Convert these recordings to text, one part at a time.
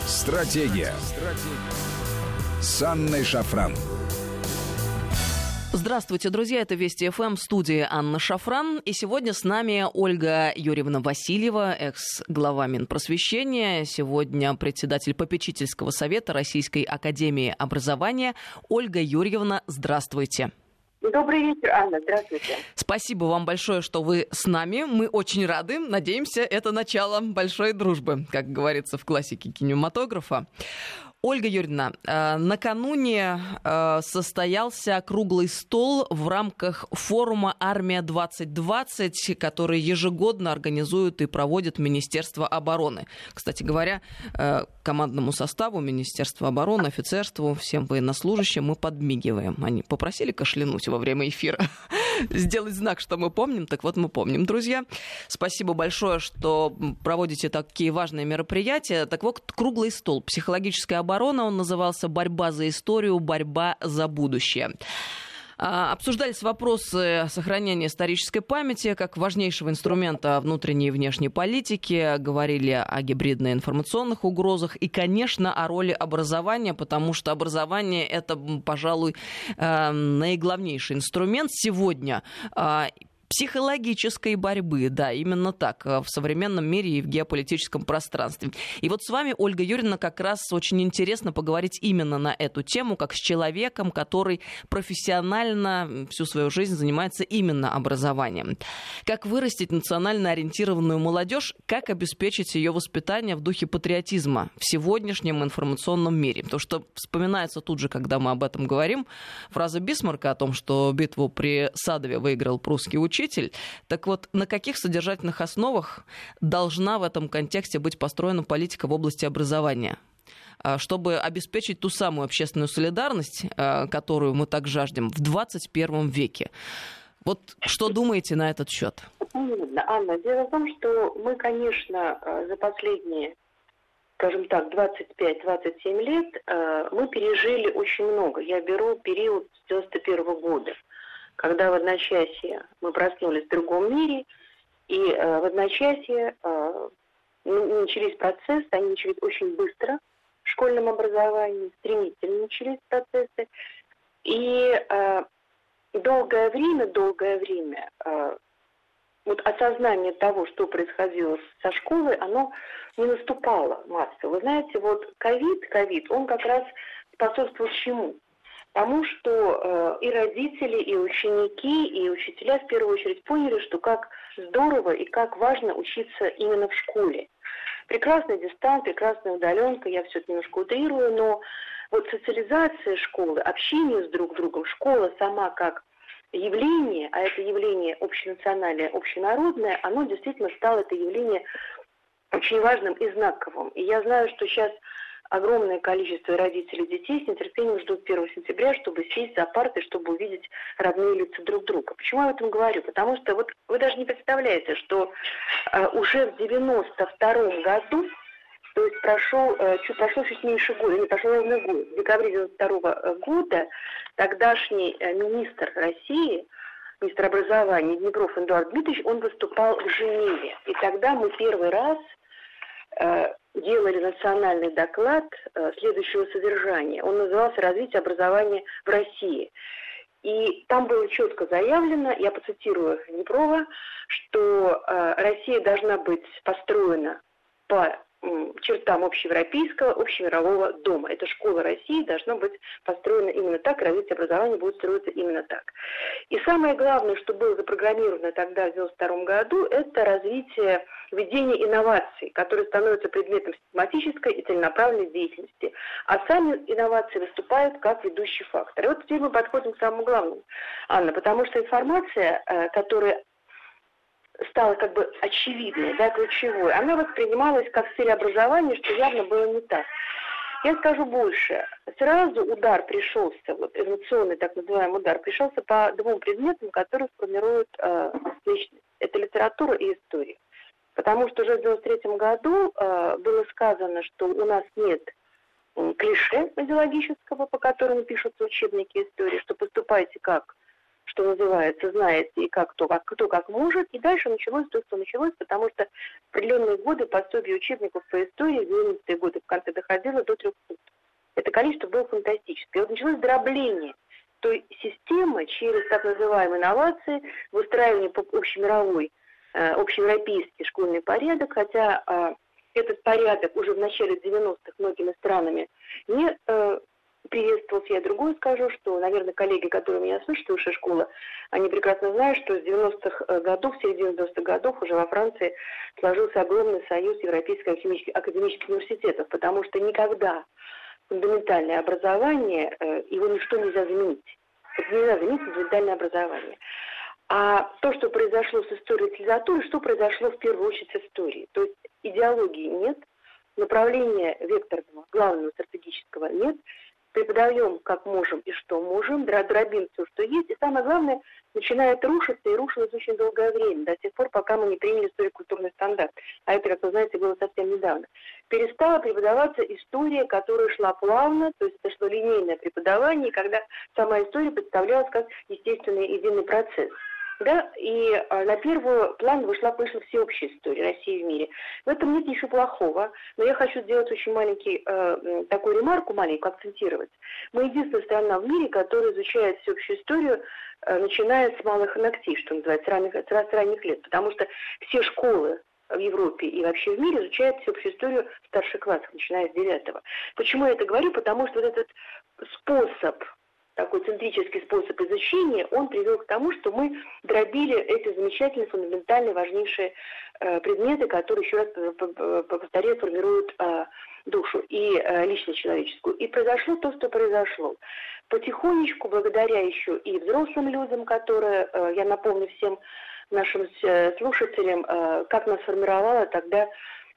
Стратегия. С Анной Шафран. Здравствуйте, друзья, это Вести ФМ, в студии Анна Шафран. И сегодня с нами Ольга Юрьевна Васильева, экс-глава Минпросвещения, сегодня председатель попечительского совета Российской академии образования. Ольга Юрьевна, здравствуйте. Добрый вечер, Анна, здравствуйте. Спасибо вам большое, что вы с нами. Мы очень рады. Надеемся, это начало большой дружбы, как говорится в классике кинематографа. Ольга Юрьевна, накануне состоялся круглый стол в рамках форума «Армия-2020», который ежегодно организует и проводит Министерство обороны. Кстати говоря, командному составу Министерства обороны, офицерству, всем военнослужащим мы подмигиваем. Они попросили кашлянуть во время эфира, сделать знак, что мы помним. Так вот, мы помним, друзья. Спасибо большое, что проводите такие важные мероприятия. Так вот, круглый стол «Психологическая оборона», он назывался «Борьба за историю, борьба за будущее». Обсуждались вопросы сохранения исторической памяти как важнейшего инструмента внутренней и внешней политики, говорили о гибридно-информационных угрозах и, конечно, о роли образования, потому что образование — это, пожалуй, наиглавнейший инструмент сегодня психологической борьбы, да, именно так, в современном мире и в геополитическом пространстве. И вот с вами, Ольга Юрьевна, как раз очень интересно поговорить именно на эту тему, как с человеком, который профессионально всю свою жизнь занимается именно образованием. Как вырастить национально ориентированную молодежь, как обеспечить ее воспитание в духе патриотизма в сегодняшнем информационном мире. Потому что вспоминается тут же, когда мы об этом говорим, фраза Бисмарка о том, что битву при Садове выиграл прусский учитель. Так вот, на каких содержательных основах должна в этом контексте быть построена политика в области образования, чтобы обеспечить ту самую общественную солидарность, которую мы так жаждем в 21 веке? Вот что думаете на этот счет? Анна, дело в том, что мы, конечно, за последние, скажем так, 25-27 лет мы пережили очень много. Я беру период с 91 года, когда в одночасье мы проснулись в другом мире, и в одночасье начались процессы, они начались очень быстро в школьном образовании, стремительно начались процессы, и долгое время вот осознание того, что происходило со школой, оно не наступало массово. Вы знаете, вот ковид, он как раз способствовал чему? Потому что и родители, и ученики, и учителя в первую очередь поняли, что как здорово и как важно учиться именно в школе. Прекрасный дистант, прекрасная удаленка, я все это немножко утрирую, но вот социализация школы, общение с друг другом, школа сама как явление, а это явление общенациональное, общенародное, оно действительно стало это явление очень важным и знаковым. И я знаю, что сейчас огромное количество родителей детей с нетерпением ждут 1 сентября, чтобы сесть за партой, чтобы увидеть родные лица друг друга. Почему я об этом говорю? Потому что вот вы даже не представляете, что уже в 92 году, то есть прошел чуть меньше года, прошел ровно год, в декабре 92 года тогдашний министр России, министр образования Днепров Эдуард Дмитриевич, он выступал в Женеве. И тогда мы первый раз делали национальный доклад следующего содержания. Он назывался «Развитие образования в России». И там было четко заявлено, я процитирую Днепрова, что Россия должна быть построена по чертам общеевропейского, общемирового дома. Эта школа России должна быть построена именно так, развитие образования будет строиться именно так. И самое главное, что было запрограммировано тогда, в 1992 году, это развитие введения инноваций, которые становятся предметом систематической и целенаправленной деятельности. А сами инновации выступают как ведущий фактор. И вот теперь мы подходим к самому главному, Анна, потому что информация, которая стала как бы очевидной, да, ключевой, она воспринималась как в сфере образования, что явно было не так. Я скажу больше. Сразу удар пришелся, вот эволюционный так называемый удар, пришелся по двум предметам, которые формируют личность. Это литература и история. Потому что уже в 1993 году было сказано, что у нас нет клише идеологического, по которому пишутся учебники истории, что поступайте как что называется, знаете, и кто как может. И дальше началось то, что началось, потому что в определенные годы пособие учебников по истории в 90-е годы в конце доходило до 300. Это количество было фантастическое. И вот началось дробление той системы через так называемые инновации, выстраивание общемировой, общеевропейский школьный порядок, хотя этот порядок уже в начале 90-х многими странами не приветствовался. Я другое скажу, что, наверное, коллеги, которые меня слышат, высшая школа, они прекрасно знают, что с 90-х годов, в середине 90-х годов уже во Франции сложился огромный союз европейских академических университетов, потому что никогда фундаментальное образование, его ничто нельзя заменить. Это нельзя заменить фундаментальное образование. А то, что произошло с историей и литературой, что произошло в первую очередь с историей. То есть идеологии нет, направления векторного, главного, стратегического нет, преподаем как можем и что можем, дробим все, что есть, и самое главное, начинает рушиться и рушилось очень долгое время, до тех пор, пока мы не приняли историко-культурный стандарт. А это, как вы знаете, было совсем недавно. Перестала преподаваться история, которая шла плавно, то есть это шло линейное преподавание, когда сама история представлялась как естественный единый процесс. Да, и на первый план вышла всеобщая история России в мире. В этом нет ничего плохого, но я хочу сделать очень маленький, такую ремарку, маленькую, акцентировать. Мы единственная страна в мире, которая изучает всеобщую историю, начиная с малых ногтей, что называется, с ранних лет, потому что все школы в Европе и вообще в мире изучают всеобщую историю в старших классах, начиная с 9-го. Почему я это говорю? Потому что вот этот способ, такой центрический способ изучения, он привел к тому, что мы дробили эти замечательные, фундаментальные, важнейшие предметы, которые, еще раз повторяю, формируют душу и личность человеческую. И произошло то, что произошло. Потихонечку, благодаря еще и взрослым людям, которые, я напомню всем нашим слушателям, как нас формировало тогда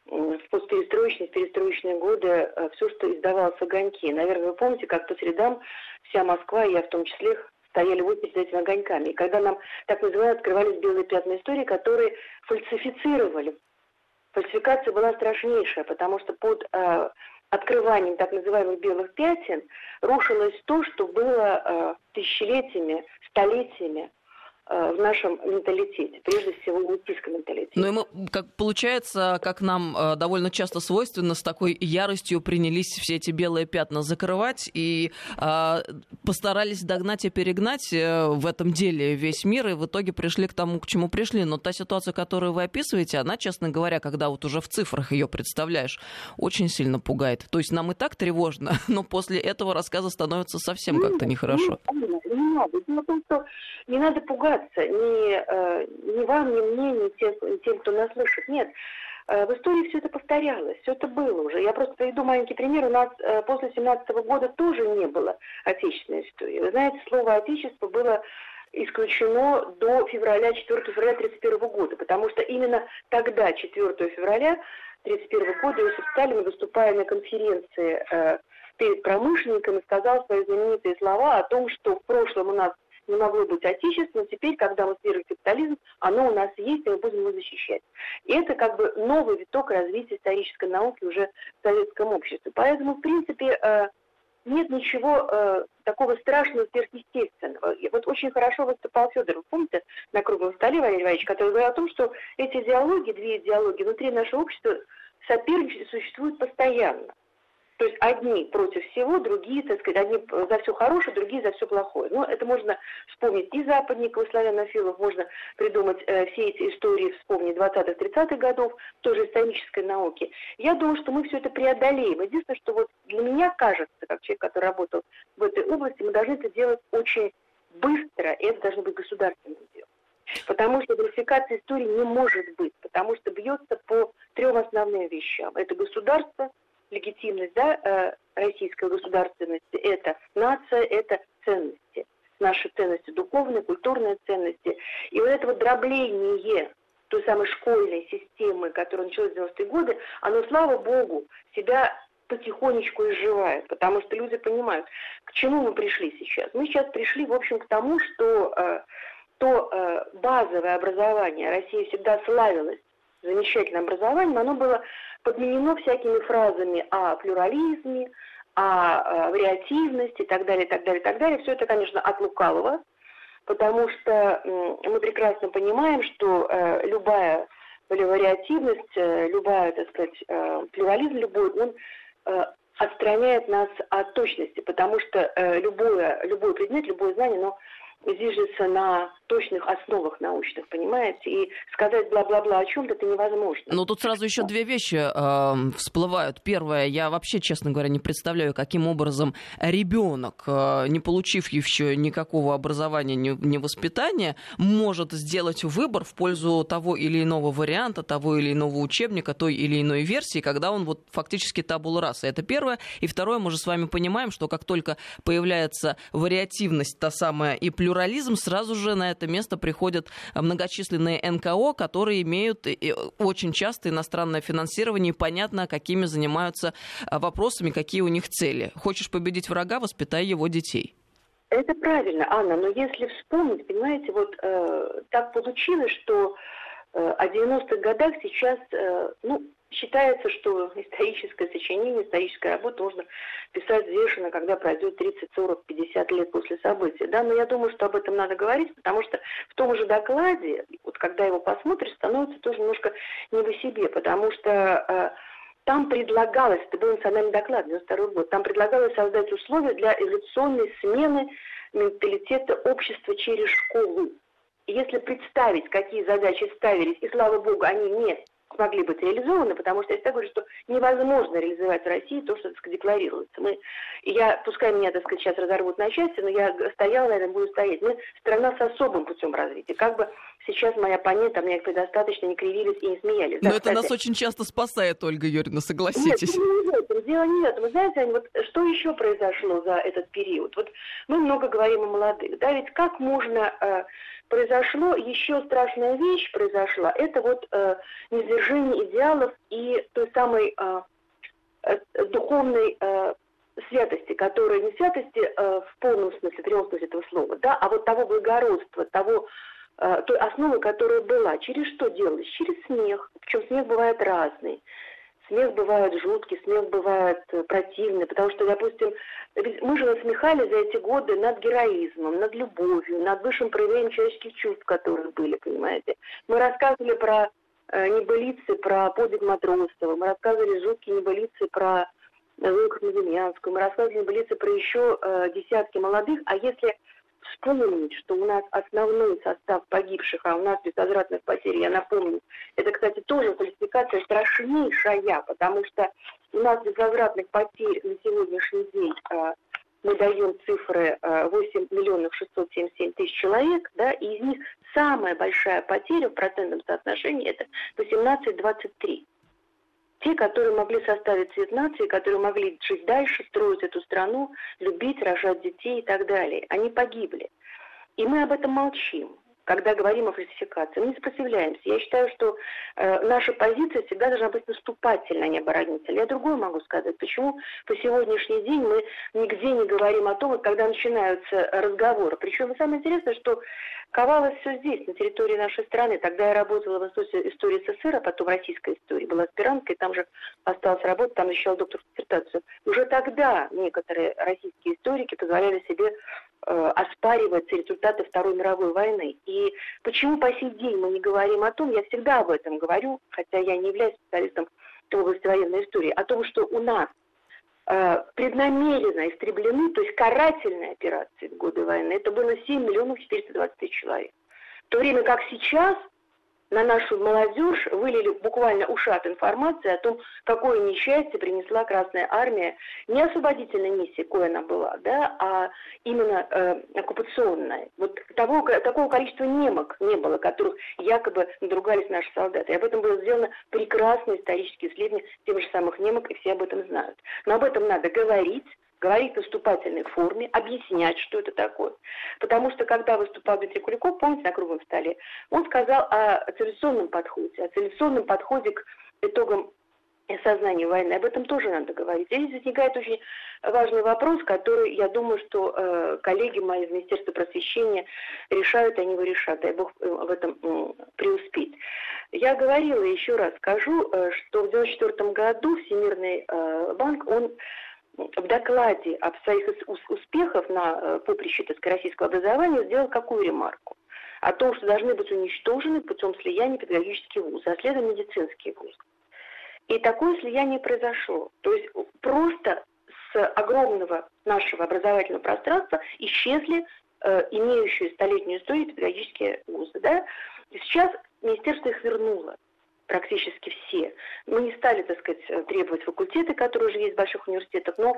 в перестроечные годы все, что издавалось в «Огоньке». Наверное, вы помните, как по средам вся Москва, и я в том числе, стояли в очередь за этими огоньками. И когда нам, так называемые, открывались белые пятна истории, которые фальсифицировали. Фальсификация была страшнейшая, потому что под открыванием так называемых белых пятен рушилось то, что было тысячелетиями, столетиями в нашем менталитете, прежде всего в элитистском менталитете. Ну и мы, как получается, как нам довольно часто свойственно, с такой яростью принялись все эти белые пятна закрывать и постарались догнать и перегнать в этом деле весь мир, и в итоге пришли к тому, к чему пришли. Но та ситуация, которую вы описываете, она, честно говоря, когда вот уже в цифрах ее представляешь, очень сильно пугает. То есть нам и так тревожно, но после этого рассказа становится совсем как-то нехорошо. Не надо. Дело в том, что не надо пугаться ни вам, ни мне, ни тем, кто нас слышит. Нет. В истории все это повторялось, все это было уже. Я просто приведу маленький пример. У нас после 17-го года тоже не было отечественной истории. Вы знаете, слово «отечество» было исключено до 4 февраля 1931 года, потому что именно тогда, 4 февраля 1931 года, Иосиф Сталин, выступая на конференции перед промышленниками, сказал свои знаменитые слова о том, что в прошлом у нас не могло быть отечества, но теперь, когда мы свергли капитализм, оно у нас есть, и мы будем его защищать. И это как бы новый виток развития исторической науки уже в советском обществе. Поэтому, в принципе, нет ничего такого страшного, сверхъестественного. И вот очень хорошо выступал Федоров, помните, на круглом столе, Валерий Валерьевич, который говорил о том, что эти идеологии, две идеологии внутри нашего общества соперничество существует постоянно. То есть одни против всего, другие, так сказать, одни за все хорошее, другие за все плохое. Но это можно вспомнить и западников, и славянофилов, можно придумать все эти истории, вспомнить 20-30-х годов, тоже исторической науки. Я думаю, что мы все это преодолеем. Единственное, что вот для меня кажется, как человек, который работал в этой области, мы должны это делать очень быстро, и это должно быть государственным делом. Потому что фальсификация истории не может быть, потому что бьется по 3 основным вещам. Это государство, легитимность, да, российской государственности, это нация, это ценности. Наши ценности духовные, культурные ценности. И вот это вот дробление той самой школьной системы, которая началась в 90-е годы, оно, слава богу, себя потихонечку изживает, потому что люди понимают, к чему мы пришли сейчас. Мы сейчас пришли, в общем, к тому, что то базовое образование, Россия всегда славилась замечательным образованием, оно было подменено всякими фразами о плюрализме, о вариативности и так далее, так далее, так далее. Все это, конечно, от лукавого, потому что мы прекрасно понимаем, что любая вариативность, любая, так сказать, плюрализм любой, он отстраняет нас от точности, потому что любой предмет, любое знание, оно зиждется на точных основах научных, понимаете? И сказать бла-бла-бла о чем-то это невозможно. Но тут сразу еще две вещи всплывают. Первое, я вообще, честно говоря, не представляю, каким образом ребенок, не получив еще никакого образования, ни воспитания, может сделать выбор в пользу того или иного варианта, того или иного учебника, той или иной версии, когда он вот фактически табула раса. Это первое. И второе, мы же с вами понимаем, что как только появляется вариативность, та самая и плюрализм, сразу же на это место приходят многочисленные НКО, которые имеют очень часто иностранное финансирование, и понятно, какими занимаются вопросами, какие у них цели. Хочешь победить врага, воспитай его детей. Это правильно, Анна, но если вспомнить, понимаете, вот так получилось, что о 90-х годах сейчас, считается, что историческое сочинение, историческая работа можно писать взвешенно, когда пройдет 30, 40, 50 лет после события. Да? Но я думаю, что об этом надо говорить, потому что в том же докладе, вот когда его посмотришь, становится тоже немножко не по себе, потому что там предлагалось, это был национальный доклад, 92 год, там предлагалось создать условия для эволюционной смены менталитета общества через школу. И если представить, какие задачи ставились, и слава богу, они не смогли быть реализованы, потому что я всегда говорю, что невозможно реализовать в России то, что, так сказать, декларируется. Пускай меня, так сказать, сейчас разорвут на части, но я стояла, наверное, буду стоять. Мы страна с особым путем развития. Как бы сейчас мои оппоненты, мне предостаточно не кривились и не смеялись. Но это нас очень часто спасает, Ольга Юрьевна, согласитесь. Нет, дело не в этом. Вы знаете, Аня, вот что еще произошло за этот период? Вот мы много говорим о молодых. Да, ведь как можно... Произошло, еще страшная вещь произошла, это вот низвержение идеалов и той самой духовной святости, которая не святости в полном смысле, в прямом смысле этого слова, да, а вот того благородства, той основы, которая была. Через что делалось? Через смех, причем смех бывает разный. Смех бывает жуткий, смех бывает противный, потому что, допустим, мы же насмехались за эти годы над героизмом, над любовью, над высшим проявлением человеческих чувств, которые были, понимаете. Мы рассказывали про небылицы, про подвиг Матросова, мы рассказывали жуткие небылицы про Зою Княземянскую, мы рассказывали небылицы про еще десятки молодых, а если вспомнить, что у нас основной состав погибших, а у нас безвозвратных потерь, я напомню, это, кстати, тоже классификация страшнейшая, потому что у нас безвозвратных потерь на сегодняшний день мы даем цифры 8 миллионов 677 тысяч человек, да, и из них самая большая потеря в процентном соотношении это 18-23. Те, которые могли составить цвет нации, которые могли жить дальше, строить эту страну, любить, рожать детей и так далее. Они погибли. И мы об этом молчим, когда говорим о фальсификации. Мы не сопротивляемся. Я считаю, что наша позиция всегда должна быть наступательной, а не оборонительной. Я другое могу сказать. Почему по сегодняшний день мы нигде не говорим о том, когда начинаются разговоры. Причем самое интересное, что ковалось все здесь, на территории нашей страны. Тогда я работала в Институте истории СССР, а потом российской истории. Была аспиранткой, там же осталась работать, там защищала докторскую диссертацию. Уже тогда некоторые российские историки позволяли себе оспаривать результаты Второй мировой войны. И почему по сей день мы не говорим о том, я всегда об этом говорю, хотя я не являюсь специалистом в области военной истории, о том, что у нас преднамеренно истреблены, то есть карательные операции в годы войны, это было 7 миллионов 420 тысяч человек. В то время как сейчас на нашу молодежь вылили буквально ушат информации о том, какое несчастье принесла Красная Армия, не освободительной миссии, кое она была, да, а именно оккупационная. Вот такого количества немок не было, которых якобы надругались наши солдаты. И об этом было сделано прекрасное историческое исследование тех же самых немок, и все об этом знают. Но об этом надо говорить в наступательной форме, объяснять, что это такое. Потому что, когда выступал Дмитрий Куликов, помните, на круглом столе, он сказал о цивилизационном подходе к итогам сознания войны. Об этом тоже надо говорить. Здесь возникает очень важный вопрос, который, я думаю, что коллеги мои из Министерства просвещения решают, они его решат. Дай Бог в этом преуспеть. Я говорила, еще раз скажу, что в 1994 году Всемирный банк, он в докладе об своих успехах на поприще, так сказать, российского образования сделал какую ремарку? О том, что должны быть уничтожены путем слияния педагогические вузы, а следом медицинские вузы. И такое слияние произошло. То есть просто с огромного нашего образовательного пространства исчезли имеющие столетнюю историю педагогические вузы. Да? Сейчас министерство их вернуло. Практически все. Мы не стали, так сказать, требовать факультеты, которые уже есть в больших университетах, но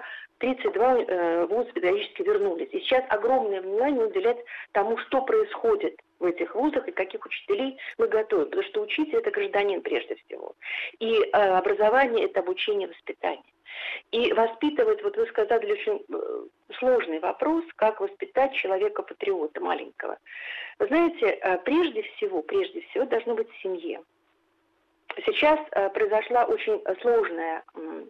32 вуза педагогически вернулись. И сейчас огромное внимание уделяется тому, что происходит в этих вузах и каких учителей мы готовим. Потому что учитель – это гражданин прежде всего. И образование – это обучение, воспитание. И воспитывать, вот вы сказали очень сложный вопрос, как воспитать человека-патриота маленького. Вы знаете, прежде всего должно быть в семье. Сейчас произошла очень сложная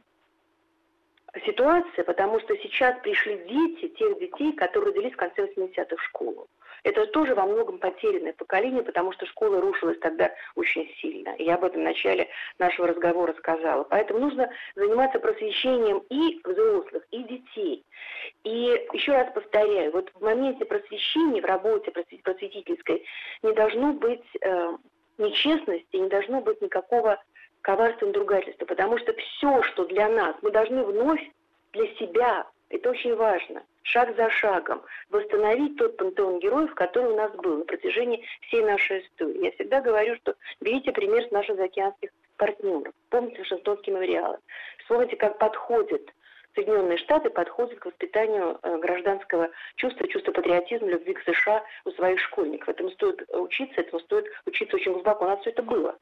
ситуация, потому что сейчас пришли дети, тех детей, которые родились в конце 80-х в школу. Это тоже во многом потерянное поколение, потому что школа рушилась тогда очень сильно. И я об этом в начале нашего разговора сказала. Поэтому нужно заниматься просвещением и взрослых, и детей. И еще раз повторяю, вот в моменте просвещения, в работе просветительской не должно быть нечестности, не должно быть никакого коварства и надругательства, потому что все, что для нас, мы должны вновь для себя, это очень важно, шаг за шагом восстановить тот пантеон героев, который у нас был на протяжении всей нашей истории. Я всегда говорю, что берите пример с наших заокеанских партнеров. Помните Вашингтонские мемориалы. Вспомните, как подходят Соединенные Штаты подходят к воспитанию гражданского чувства патриотизма, любви к США у своих школьников. Этому стоит учиться очень глубоко. У нас все это было.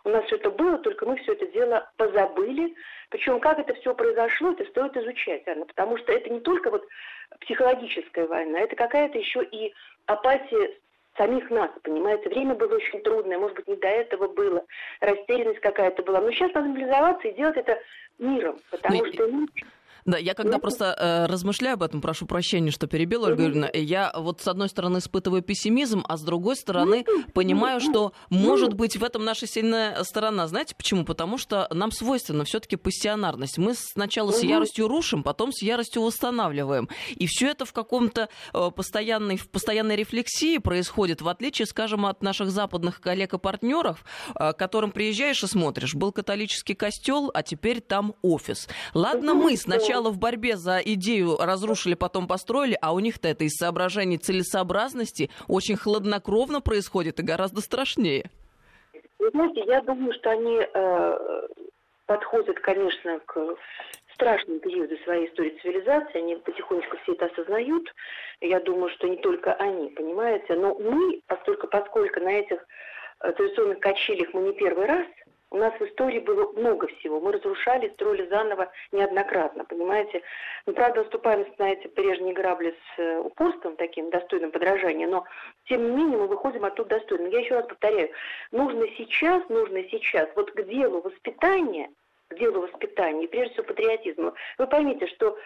Только мы все это дело позабыли. Причем, как это все произошло, это стоит изучать, Анна, потому что это не только вот психологическая война, это какая-то еще и апатия самих нас, понимаете. Время было очень трудное, может быть, не до этого было, растерянность какая-то была. Но сейчас надо мобилизоваться и делать это миром, потому что... Да, я когда просто размышляю об этом, прошу прощения, что перебила, Ольга Юрьевна, я вот с одной стороны испытываю пессимизм, а с другой стороны понимаю, что может быть в этом наша сильная сторона. Знаете почему? Потому что нам свойственна все-таки пассионарность. Мы сначала с яростью рушим, потом с яростью восстанавливаем. И все это в каком-то постоянной рефлексии происходит, в отличие, скажем, от наших западных коллег и партнеров, к которым приезжаешь и смотришь. Был католический костел, а теперь там офис. Ладно, мы сначала в борьбе за идею разрушили, потом построили, а у них-то это из соображений целесообразности очень хладнокровно происходит и гораздо страшнее. Вы знаете, я думаю, что они подходят, конечно, к страшному периоду своей истории цивилизации, они потихонечку все это осознают. Я думаю, что не только они, понимаете, но мы, поскольку на этих традиционных качелях мы не первый раз, у нас в истории было много всего. Мы разрушали, строили заново неоднократно, понимаете. Мы, правда, наступаем на эти прежние грабли с упорством таким, достойным подражания, но, тем не менее, мы выходим оттуда достойно. Я еще раз повторяю, нужно сейчас, вот к делу воспитания, и прежде всего патриотизму. Вы поймите, что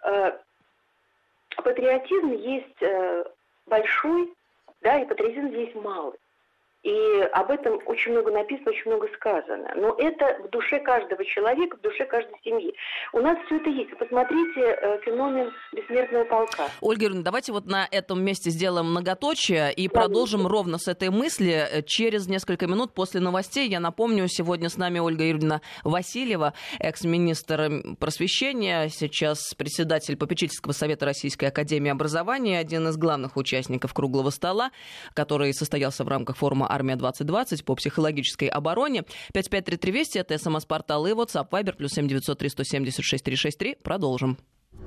патриотизм есть большой, да, и патриотизм есть малый. И об этом очень много написано, очень много сказано. Но это в душе каждого человека, в душе каждой семьи. У нас все это есть. Посмотрите феномен бессмертного полка. Ольга Юрьевна, давайте вот на этом месте сделаем многоточие и продолжим ровно с этой мысли через несколько минут после новостей. Я напомню, сегодня с нами Ольга Юрьевна Васильева, экс-министр просвещения, сейчас председатель попечительского совета Российской академии образования, один из главных участников круглого стола, который состоялся в рамках форума «Армия-2020» по психологической обороне. 553320 это СМС-портал и WhatsApp Viber +7 903 176 363. Продолжим.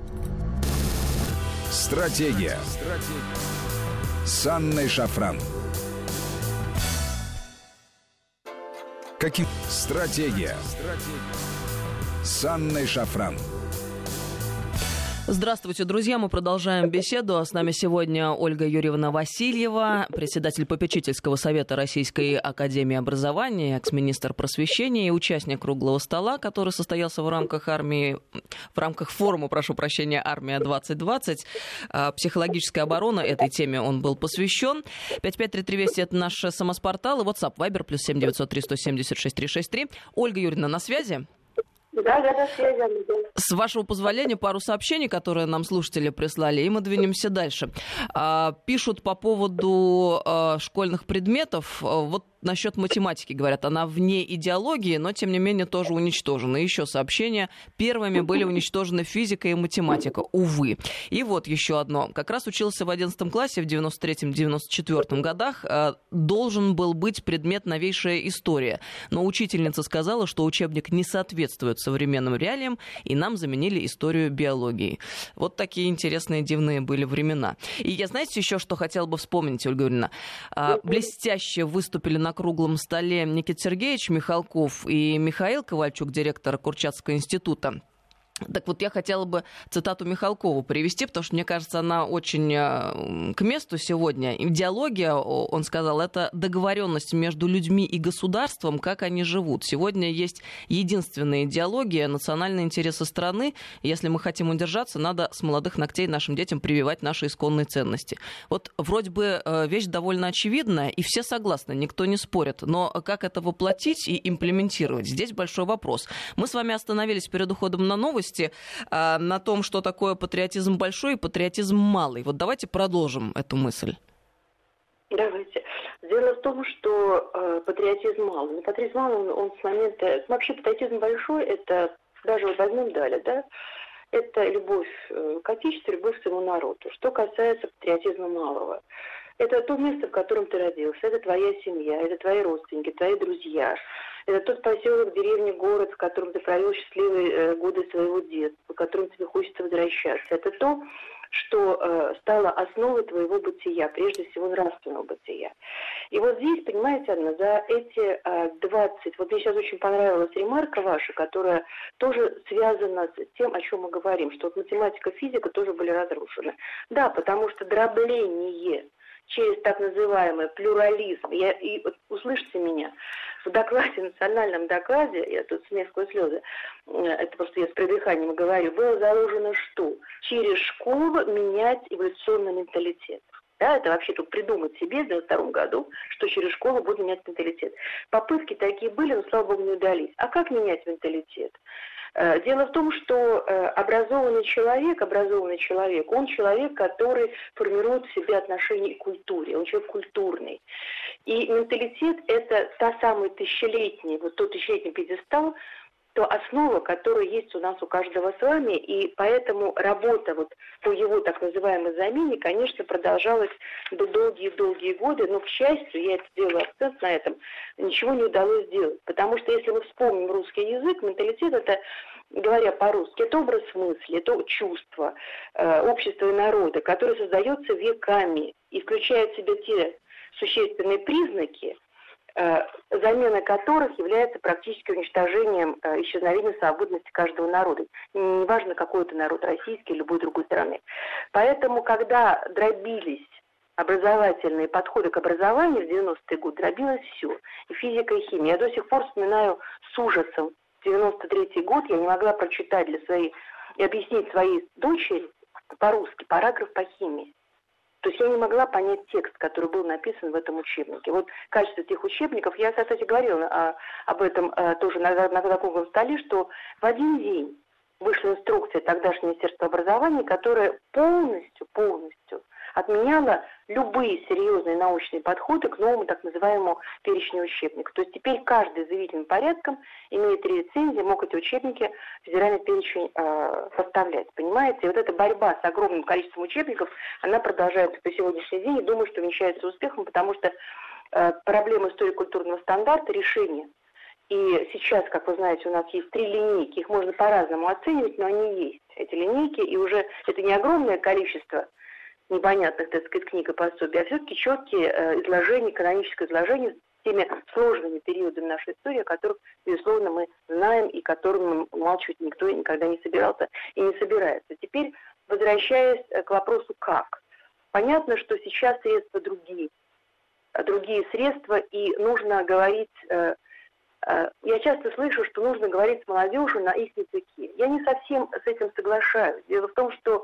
Стратегия. С Анной Шафран. Стратегия. С Анной Шафран. Здравствуйте, друзья. Мы продолжаем беседу. С нами сегодня Ольга Юрьевна Васильева, председатель попечительского совета Российской академии образования, экс-министр просвещения и участник круглого стола, который состоялся в рамках форума, «Армия-2020». Психологическая оборона, этой теме он был посвящен. 553320 это наш СМС-портал и WhatsApp Viber +7 903 176 363. Ольга Юрьевна на связи? Да, связь. С вашего позволения, пару сообщений, которые нам слушатели прислали, и мы двинемся дальше. Пишут по поводу школьных предметов. Вот насчет математики, говорят, она вне идеологии, но, тем не менее, тоже уничтожена. Еще сообщение. Первыми были уничтожены физика и математика. Увы. И вот еще одно. Как раз учился в 11 классе в 93-94 годах. Должен был быть предмет новейшая история. Но учительница сказала, что учебник не соответствует современным реалиям, и нам заменили историю биологии. Вот такие интересные, дивные были времена. И я, знаете, еще что хотела бы вспомнить, Ольга Юрьевна? Блестяще выступили на круглом столе Никита Сергеевич Михалков и Михаил Ковальчук, директор Курчатского института. Так вот, я хотела бы цитату Михалкова привести, потому что, мне кажется, она очень к месту сегодня. Идеология, он сказал, это договоренность между людьми и государством, как они живут. Сегодня есть единственная идеология, национальные интересы страны. Если мы хотим удержаться, надо с молодых ногтей нашим детям прививать наши исконные ценности. Вот вроде бы вещь довольно очевидная, и все согласны, никто не спорит. Но как это воплотить и имплементировать? Здесь большой вопрос. Мы с вами остановились перед уходом на новости на том, что такое патриотизм большой и патриотизм малый. Вот давайте продолжим эту мысль. Давайте. Дело в том, что патриотизм малый. Но патриотизм малый, он с момента... Вообще патриотизм большой, это даже вот возьмем далее, да? Это любовь к отечеству, любовь к своему народу. Что касается патриотизма малого. Это то место, в котором ты родился, это твоя семья, это твои родственники, твои друзья. Это тот поселок, деревня, город, в котором ты провел счастливые годы своего детства, в котором тебе хочется возвращаться. Это то, что стало основой твоего бытия, прежде всего нравственного бытия. И вот здесь, понимаете, Анна, за эти 20... Вот мне сейчас очень понравилась ремарка ваша, которая тоже связана с тем, о чем мы говорим, что вот математика, физика тоже были разрушены. Да, потому что дробление через так называемый плюрализм, и вот услышьте меня, в докладе, национальном докладе, я тут смех сквозь слезы, это просто я с придыханием говорю, было заложено что? Через школу менять эволюционный менталитет. Да, это вообще тут придумать себе в 1992 году, что через школу будут менять менталитет. Попытки такие были, но, слава богу, не удались. А как менять менталитет? Дело в том, что образованный человек, он человек, который формирует в себе отношение к культуре, он человек культурный. И менталитет – это та самая тысячелетняя, вот тот тысячелетний пьедестал, то основа, которая есть у нас у каждого с вами, и поэтому работа вот по его так называемой замене, конечно, продолжалась до долгие-долгие годы, но, к счастью, я это делаю акцент на этом, ничего не удалось сделать. Потому что если мы вспомним русский язык, менталитет – это, говоря по-русски, это образ мысли, это чувство общества и народа, которое создается веками и включает в себя те существенные признаки, замена которых является практически уничтожением, исчезновением свободности каждого народа. Неважно, какой это народ, российский или любой другой страны. Поэтому, когда дробились образовательные подходы к образованию в 90-е годы, дробилось все. И физика, и химия. Я до сих пор вспоминаю с ужасом 93-й год. Я не могла прочитать для своей и объяснить своей дочери по-русски параграф по химии. То есть я не могла понять текст, который был написан в этом учебнике. Вот качество этих учебников, я, кстати, говорила об этом тоже на круглом столе, что в один день вышла инструкция тогдашнего Министерства образования, которая полностью отменяла любые серьезные научные подходы к новому так называемому перечню учебников. То есть теперь каждый заявительным порядком, имея 3 рецензии, мог эти учебники в федеральный перечень составлять. Понимаете? И вот эта борьба с огромным количеством учебников, она продолжается по сегодняшний день. И думаю, что венчается успехом, потому что проблема истории культурного стандарта, решение. И сейчас, как вы знаете, у нас есть 3 линейки, их можно по-разному оценивать, но они есть, эти линейки, и уже это не огромное количество непонятных, так сказать, книг и пособий, а все-таки четкие изложения, каноническое изложение с теми сложными периодами нашей истории, о которых, безусловно, мы знаем и которыми умалчивать никто никогда не собирался и не собирается. Теперь, возвращаясь к вопросу «как?». Понятно, что сейчас средства другие средства, и нужно говорить... Я часто слышу, что нужно говорить с молодежью на их языке. Я не совсем с этим соглашаюсь. Дело в том, что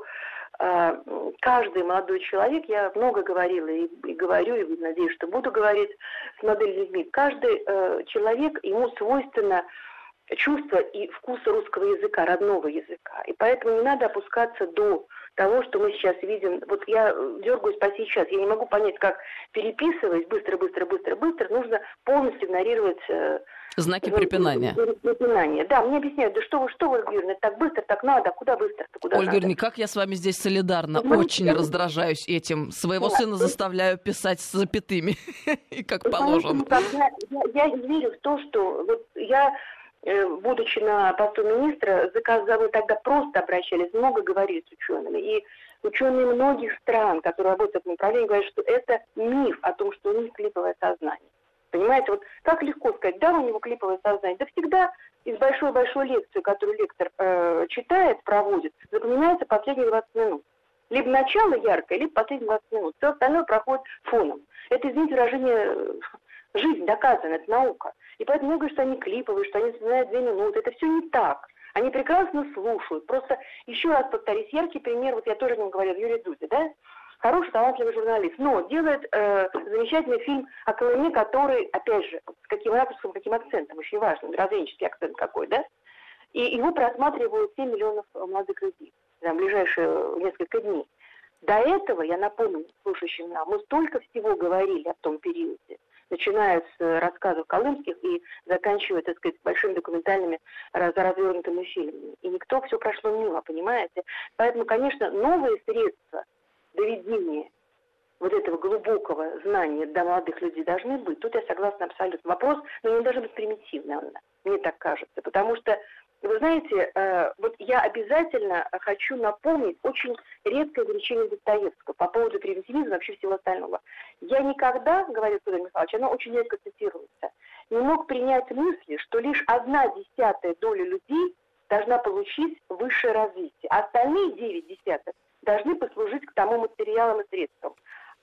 каждый молодой человек, я много говорила и говорю, и надеюсь, что буду говорить с молодыми людьми, каждый человек, ему свойственно чувства и вкуса русского языка, родного языка. И поэтому не надо опускаться до того, что мы сейчас видим. Вот я дергаюсь по сейчас, я не могу понять, как, переписываясь быстро, нужно полностью игнорировать знаки препинания. Да, мне объясняют, да что вы, Ольга Юрьевна, так быстро, так надо, куда быстро-то, куда Ольга надо? Юрьевна, как я с вами здесь солидарна, очень раздражаюсь этим. Своего сына заставляю писать с запятыми, и как положено. Я верю в то, что вот я, будучи на посту министра, мы тогда просто обращались, много говорили с учеными, и ученые многих стран, которые работают в этом направлении, говорят, что это миф о том, что у них клиповое сознание. Понимаете, вот как легко сказать, да, у него клиповое сознание. Да всегда из большой-большой лекции, которую лектор читает, проводит, запоминается последние 20 минут. Либо начало яркое, либо последние 20 минут. Все остальное проходит фоном. Это, извините, выражение жизнь доказана, это наука. И поэтому я говорю, что они клиповые, что они запоминают 2 минуты. Это все не так. Они прекрасно слушают. Просто, еще раз повторюсь, яркий пример, вот я тоже о нем говорила, Юрий Дудя, да? Хороший, талантливый журналист, но делает замечательный фильм о Колыме, который, опять же, с каким ракурсом, каким акцентом, очень важно, мировоззренческий акцент какой, да? И его просматривают 7 миллионов молодых людей в ближайшие несколько дней. До этого, я напомню слушающим нам, мы столько всего говорили о том периоде, начиная с рассказов колымских и заканчивая, так сказать, большими документальными развернутыми фильмами. И никто, все прошло мимо, понимаете? Поэтому, конечно, новые средства доведения вот этого глубокого знания до молодых людей должны быть. Тут я согласна абсолютно. Вопрос, но не должен быть примитивным, мне так кажется. Потому что, вы знаете, вот я обязательно хочу напомнить очень редкое изречение Достоевского по поводу примитивизма и вообще всего остального. Я никогда, говорит Федор Михайлович, оно очень редко цитируется, не мог принять мысли, что лишь 1/10 доля людей должна получить высшее развитие, а остальные 9/10 должны послужить к тому материалам и средствам.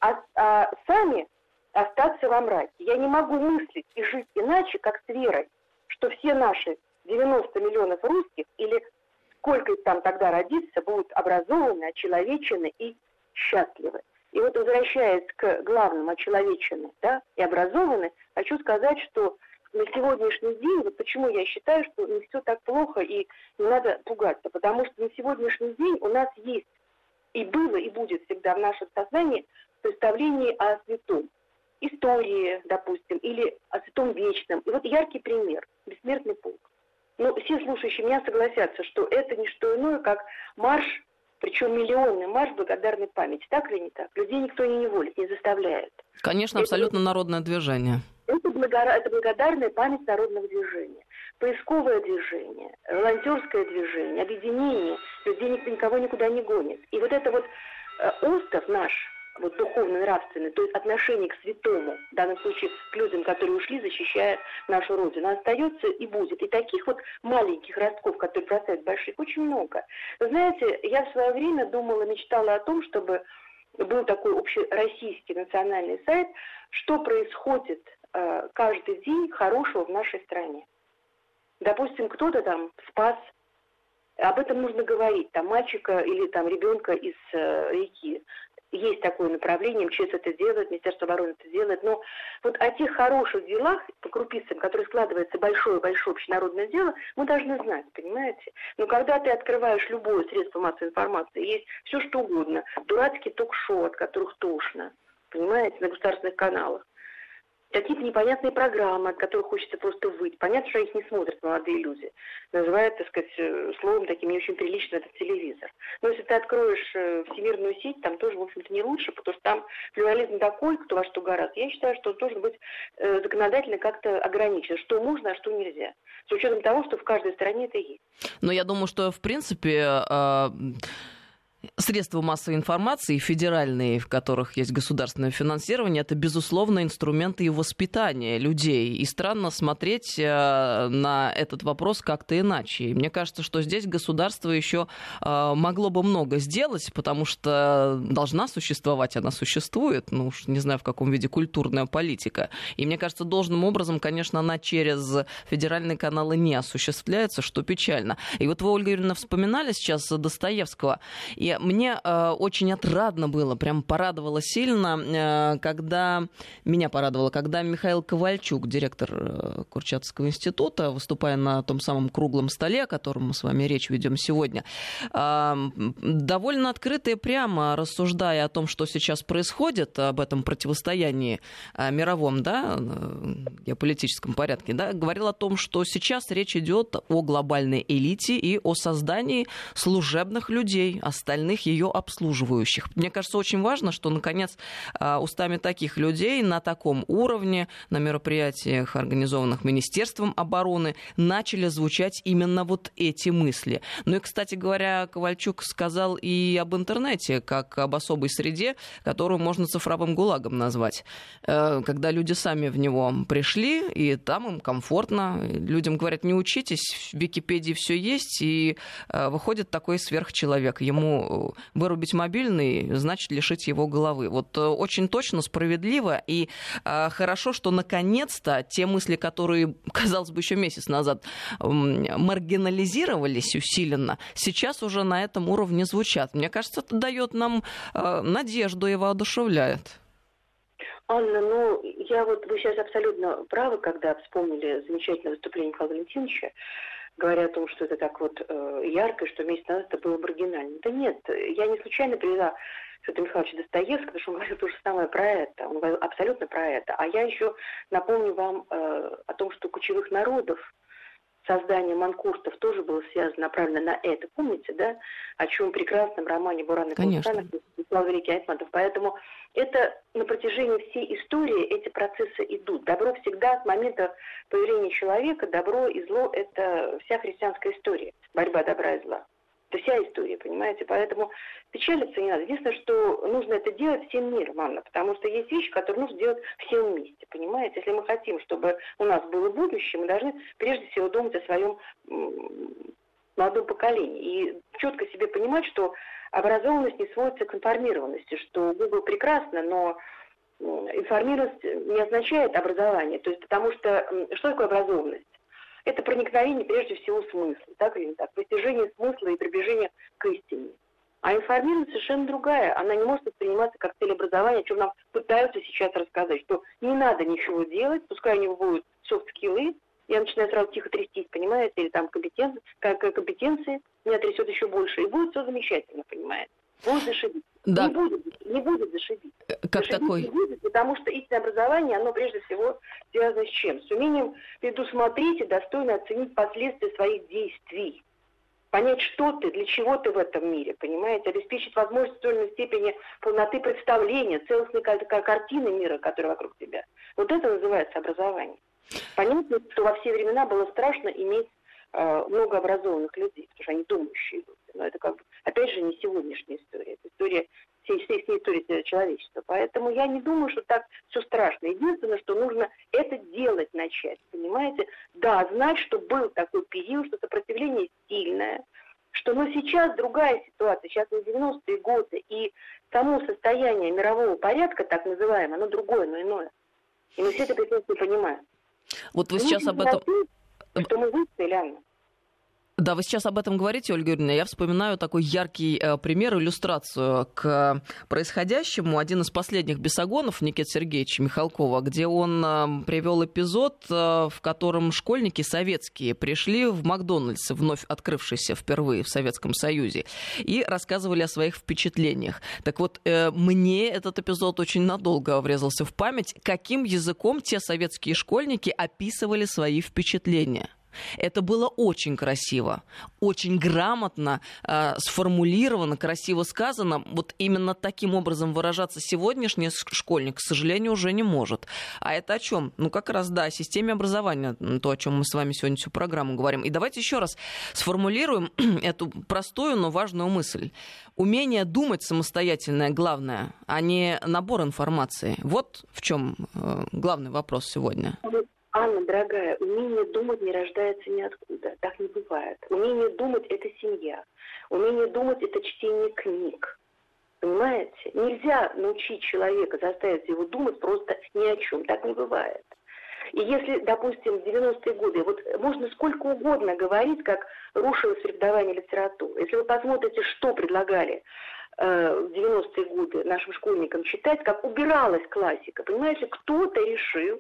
А сами остаться во мраке. Я не могу мыслить и жить иначе, как с верой, что все наши 90 миллионов русских, или сколько их там тогда родится, будут образованы, очеловечены и счастливы. И вот, возвращаясь к главному, очеловечены, да, и образованы, хочу сказать, что на сегодняшний день, вот почему я считаю, что не все так плохо и не надо пугаться, потому что на сегодняшний день у нас есть и было, и будет всегда в нашем сознании представление о святом. Истории, допустим, или о святом вечном. И вот яркий пример – «Бессмертный полк». Ну, все слушающие меня согласятся, что это не что иное, как марш, причем миллионный марш благодарной памяти. Так или не так? Людей никто не неволит, не заставляет. Конечно, абсолютно народное движение. Это благодарная память народного движения. Поисковое движение, волонтерское движение, объединение. Людей никого никуда не гонит. И вот это вот остров наш, вот духовно-нравственный, то есть отношение к святому, в данном случае к людям, которые ушли, защищая нашу Родину, остается и будет. И таких вот маленьких ростков, которые бросают больших, очень много. Вы знаете, я в свое время думала, мечтала о том, чтобы был такой общероссийский национальный сайт, что происходит каждый день хорошего в нашей стране. Допустим, кто-то там спас, об этом нужно говорить, там мальчика или там ребенка из реки. Есть такое направление, МЧС это делает, Министерство обороны это делает, но вот о тех хороших делах по крупицам, которые складывается большое-большое общенародное дело, мы должны знать, понимаете? Но когда ты открываешь любое средство массовой информации, есть все что угодно, дурацкие ток-шоу, от которых тошно, понимаете, на государственных каналах. Какие-то непонятные программы, от которых хочется просто выйти. Понятно, что их не смотрят молодые люди. Называют, так сказать, словом таким не очень приличным этот телевизор. Но если ты откроешь всемирную сеть, там тоже, в общем-то, не лучше, потому что там плюрализм такой, кто во что гораздо. Я считаю, что он должен быть законодательно как-то ограничен. Что можно, а что нельзя. С учетом того, что в каждой стране это есть. Но я думаю, что, в принципе... Средства массовой информации, федеральные, в которых есть государственное финансирование, это, безусловно, инструменты и воспитания людей. И странно смотреть на этот вопрос как-то иначе. И мне кажется, что здесь государство еще могло бы много сделать, потому что должна существовать, она существует, ну уж не знаю в каком виде, культурная политика. И мне кажется, должным образом, конечно, она через федеральные каналы не осуществляется, что печально. И вот вы, Ольга Юрьевна, вспоминали сейчас Достоевского, и И мне очень отрадно было, прям порадовало сильно, когда Михаил Ковальчук, директор Курчатовского института, выступая на том самом круглом столе, о котором мы с вами речь ведем сегодня, довольно открыто и прямо рассуждая о том, что сейчас происходит, об этом противостоянии мировом, да, геополитическом порядке, да, говорил о том, что сейчас речь идет о глобальной элите и о создании служебных людей, остальных ее обслуживающих. Мне кажется, очень важно, что, наконец, устами таких людей на таком уровне, на мероприятиях, организованных Министерством обороны, начали звучать именно вот эти мысли. Ну и, кстати говоря, Ковальчук сказал и об интернете, как об особой среде, которую можно цифровым ГУЛАГом назвать. Когда люди сами в него пришли, и там им комфортно. Людям говорят, не учитесь, в Википедии все есть, и выходит такой сверхчеловек. Ему вырубить мобильный, значит лишить его головы. Вот очень точно, справедливо, и хорошо, что наконец-то те мысли, которые, казалось бы, еще месяц назад маргинализировались усиленно, сейчас уже на этом уровне звучат. Мне кажется, это дает нам надежду и воодушевляет. Анна, вы сейчас абсолютно правы, когда вспомнили замечательное выступление Михаила Валентиновича, говоря о том, что это так ярко, что месяц назад это было маргинально. Да нет, я не случайно привела Федора Михайловича Достоевского, потому что он говорил то же самое про это, он говорил абсолютно про это. А я еще напомню вам о том, что у кочевых народов создание манкуртов тоже было связано, направлено на это. Помните, да? О чем в прекрасном романе Бурана Кулсана писал великий Айтматов. Поэтому это на протяжении всей истории эти процессы идут. Добро всегда с момента появления человека, добро и зло – это вся христианская история. Борьба добра и зла. Это вся история, понимаете? Поэтому печалиться не надо. Единственное, что нужно это делать всем миром, Анна, потому что есть вещи, которые нужно делать всем вместе, понимаете? Если мы хотим, чтобы у нас было будущее, мы должны прежде всего думать о своем молодом поколении и четко себе понимать, что образованность не сводится к информированности, что Google прекрасно, но информированность не означает образование. То есть, потому что что такое образованность? Это проникновение, прежде всего, смысла, так или не так, постижение смысла и приближение к истине. А информированность совершенно другая. Она не может восприниматься как цель образования, о чем нам пытаются сейчас рассказать, что не надо ничего делать, пускай у него будут софт-скиллы, я начинаю сразу тихо трястись, понимаете, или там компетенции, меня трясет еще больше, и будет все замечательно, понимаете. Будет зашибись. Да. Не будет зашибись. Как зашибись такой? Не будет, потому что истинное образование, оно прежде всего связано с чем? С умением предусмотреть и достойно оценить последствия своих действий. Понять, что ты, для чего ты в этом мире, понимаете? Обеспечить возможность в той или иной степени полноты представления, целостной картины мира, которая вокруг тебя. Вот это называется образование. Понятно, что во все времена было страшно иметь много образованных людей, потому что они думающие люди. Но это опять же, не сегодняшняя история. Это история всей истории человечества. Поэтому я не думаю, что так все страшно. Единственное, что нужно это делать начать. Понимаете? Да, знать, что был такой период, что сопротивление сильное, что сейчас другая ситуация, сейчас не 90-е годы, и само состояние мирового порядка, так называемое, оно другое, но иное. И мы все это прекрасно понимаем. Вот вы сейчас об этом... Что мы выстояли, Анна. Да, вы сейчас об этом говорите, Ольга Юрьевна. Я вспоминаю такой яркий пример, иллюстрацию к происходящему. Один из последних бесогонов Никиты Сергеевича Михалкова, где он привел эпизод, в котором школьники советские пришли в Макдональдс, вновь открывшийся впервые в Советском Союзе, и рассказывали о своих впечатлениях. Так вот, мне этот эпизод очень надолго врезался в память, каким языком те советские школьники описывали свои впечатления. Это было очень красиво, очень грамотно сформулировано, красиво сказано. Вот именно таким образом выражаться сегодняшний школьник, к сожалению, уже не может. А это о чем? Ну, как раз, да, о системе образования, то, о чем мы с вами сегодня всю программу говорим. И давайте еще раз сформулируем эту простую, но важную мысль. Умение думать самостоятельное главное, а не набор информации. Вот в чем главный вопрос сегодня. Анна, дорогая, умение думать не рождается ниоткуда. Так не бывает. Умение думать – это семья. Умение думать – это чтение книг. Понимаете? Нельзя научить человека, заставить его думать просто ни о чем. Так не бывает. И если, допустим, в 90-е годы, вот можно сколько угодно говорить, как рушилось преподавание литературы. Если вы посмотрите, что предлагали в 90-е годы нашим школьникам читать, как убиралась классика, понимаете, кто-то решил,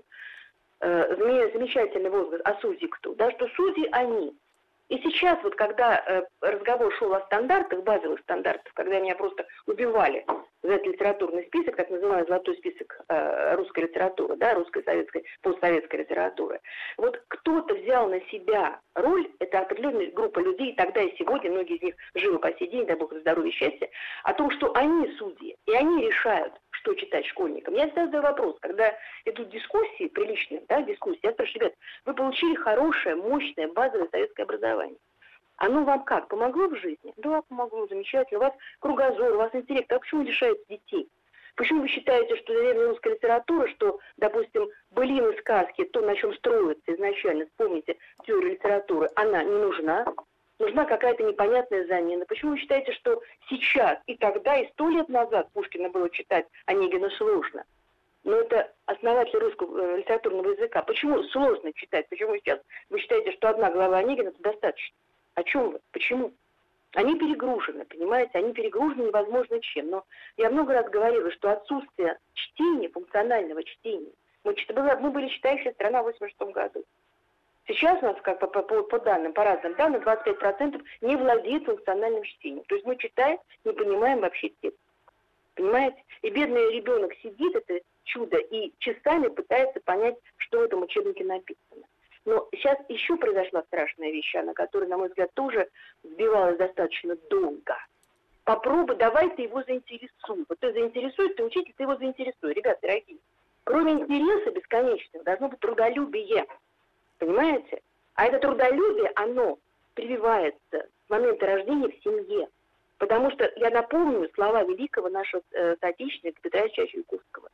замечательный возглас о судьи кто, да, что судьи они. И сейчас, вот когда разговор шел о стандартах, базовых стандартах, когда меня просто убивали за этот литературный список, так называемый золотой список русской литературы, да, русской, советской, постсоветской литературы, вот кто-то взял на себя роль, это определенная группа людей, тогда и сегодня, многие из них живы по сей день, дай бог здоровья и счастья, о том, что они судьи, и они решают, что читать школьникам. Я всегда задаю вопрос, когда идут дискуссии, приличные, да, дискуссии, я спрашиваю, ребят, вы получили хорошее, мощное, базовое советское образование. Оно вам как, помогло в жизни? Да, помогло, замечательно. У вас кругозор, у вас интеллект. А почему лишаете детей? Почему вы считаете, что древняя русская литература, что, допустим, былины, сказки, то, на чем строится изначально, вспомните теорию литературы, она не нужна? Нужна какая-то непонятная замена. Почему вы считаете, что сейчас и тогда, и 100 лет назад Пушкина было читать Онегина сложно? Но это основатель русского литературного языка. Почему сложно читать? Почему сейчас вы считаете, что одна глава Онегина это достаточно? О чем вы? Почему? Они перегружены, понимаете? Они перегружены невозможно чем. Но я много раз говорила, что отсутствие чтения, функционального чтения. Мы были читающая страна в 1986 году. Сейчас у нас, как по данным, по разным данным, 25% не владеют функциональным чтением. То есть мы читаем, не понимаем вообще текст. Понимаете? И бедный ребенок сидит, это чудо, и часами пытается понять, что в этом учебнике написано. Но сейчас еще произошла страшная вещь, на которую, на мой взгляд, тоже сбивалась достаточно долго. Попробуй, давай ты его заинтересуй. Вот ты заинтересуешь, ты учитель, ты его заинтересуй. Ребята, дорогие, кроме интереса бесконечного должно быть трудолюбие. Понимаете? А это трудолюбие, оно прививается с момента рождения в семье. Потому что, я напомню слова великого нашего соотечественника Петра Ильича Чайковского.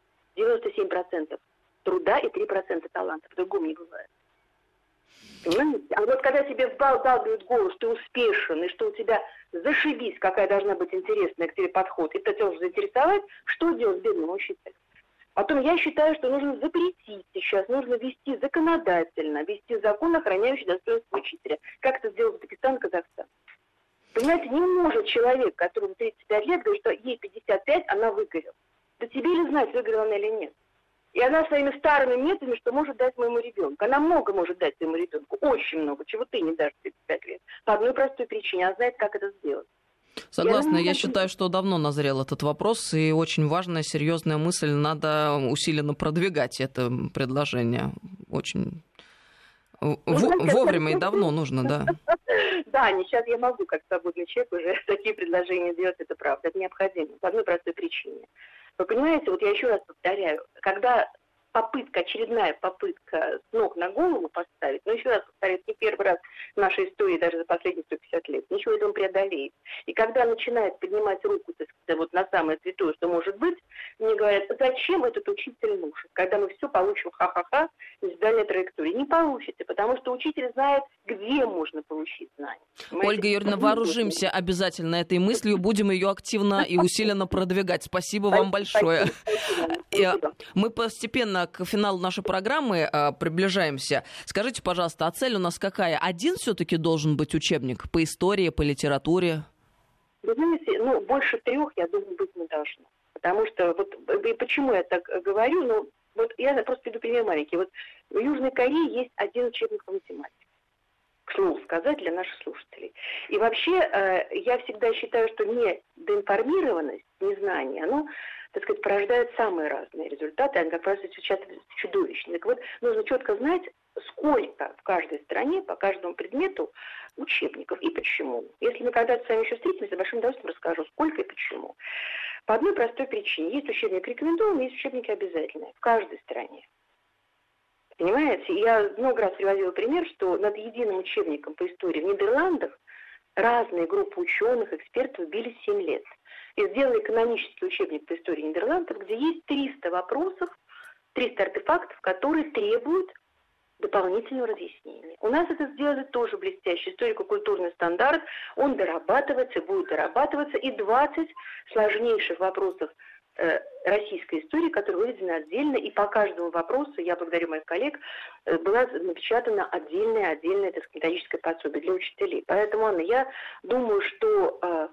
97% труда и 3% таланта. По-другому не бывает. Понимаете? А вот когда тебе вдалбливают голову, что ты успешен, и что у тебя зашибись, какая должна быть интересная к тебе подход, и ты должен заинтересовать, что делать бедному учителю? Потом я считаю, что нужно запретить сейчас, нужно ввести законодательно, ввести закон, охраняющий достоинство учителя. Как это сделал Узбекистан и Казахстан. Понимаете, не может человек, которому 35 лет, говорить, что ей 55, она выгорела. Да тебе ли знать, выгорела она или нет? И она своими старыми методами, что может дать моему ребенку. Она много может дать своему ребенку, очень много, чего ты не дашь в 35 лет. По одной простой причине, она знает, как это сделать. Согласна, я считаю, что давно назрел этот вопрос, и очень важная, серьезная мысль, надо усиленно продвигать это предложение. Очень вовремя и давно нужно, да. Да, сейчас я могу, как свободный человек, уже такие предложения делать, это правда, это необходимо, по одной простой причине. Вы понимаете, вот я еще раз повторяю, когда очередная попытка с ног на голову поставить, но еще раз повторяю, не первый раз в нашей истории, даже за последние 150 лет, ничего этого не преодолеет. И когда начинает поднимать руку, так сказать, вот на самое святое, что может быть, мне говорят, зачем этот учитель нужен, когда мы все получим ха-ха-ха из дальней траектории. Не получите, потому что учитель знает, где можно получить знания. Понимаете? Ольга Юрьевна, вооружимся обязательно этой мыслью, будем ее активно и усиленно продвигать. Спасибо вам большое. Спасибо. Мы постепенно к финалу нашей программы приближаемся. Скажите, пожалуйста, а цель у нас какая? Один все-таки должен быть учебник по истории, по литературе? Вы знаете, больше 3, я думаю, быть не должно. Потому что, и почему я так говорю, вот я просто приведу пример маленький. Вот в Южной Корее есть один учебник по математике. К слову сказать, для наших слушателей. И вообще, я всегда считаю, что недоинформированность, незнание, оно, так сказать, порождает самые разные результаты, они, как правило, сейчас чудовищные. Так вот, нужно четко знать, сколько в каждой стране по каждому предмету учебников и почему. Если мы когда-то с вами еще встретимся, с большим удовольствием расскажу, сколько и почему. По одной простой причине. Есть учебник рекомендованный, есть учебники обязательные в каждой стране. Понимаете? Я много раз приводила пример, что над единым учебником по истории в Нидерландах разные группы ученых, экспертов бились 7 лет. И сделали канонический учебник по истории Нидерландов, где есть 300 вопросов, 300 артефактов, которые требуют дополнительного разъяснения. У нас это сделали тоже блестящий историко-культурный стандарт. Он дорабатывается, будет дорабатываться. И 20 сложнейших вопросов российской истории, которая выведена отдельно, и по каждому вопросу, я благодарю моих коллег, была напечатана отдельное, так сказать, методическое пособие для учителей. Поэтому, Анна, я думаю, что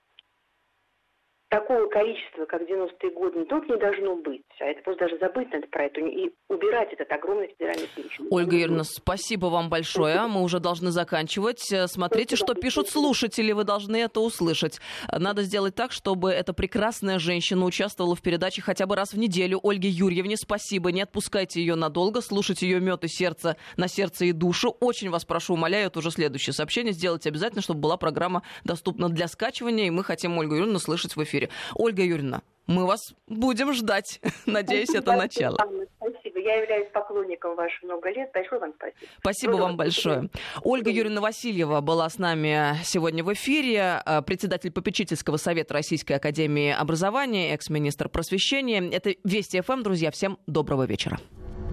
такого количества, как в 90-е годы, не только не должно быть, а это просто даже забыть надо про это и убирать этот огромный федеральный перечень. Ольга Юрьевна, спасибо вам большое. Мы уже должны заканчивать. Смотрите, что пишут слушатели, вы должны это услышать. Надо сделать так, чтобы эта прекрасная женщина участвовала в передаче хотя бы раз в неделю. Ольге Юрьевне спасибо. Не отпускайте ее надолго, слушайте ее мед и сердце на сердце и душу. Очень вас прошу, умоляю, это уже следующее сообщение. Сделайте обязательно, чтобы была программа доступна для скачивания, и мы хотим Ольгу Юрьевну слышать в эфире. Ольга Юрьевна, мы вас будем ждать. Надеюсь, это начало. Спасибо. Я являюсь поклонником ваших много лет. Большое вам спасибо. Спасибо вам большое. Ольга Юрьевна Васильева была с нами сегодня в эфире. Председатель попечительского совета Российской академии образования, экс-министр просвещения. Это Вести ФМ. Друзья, всем доброго вечера.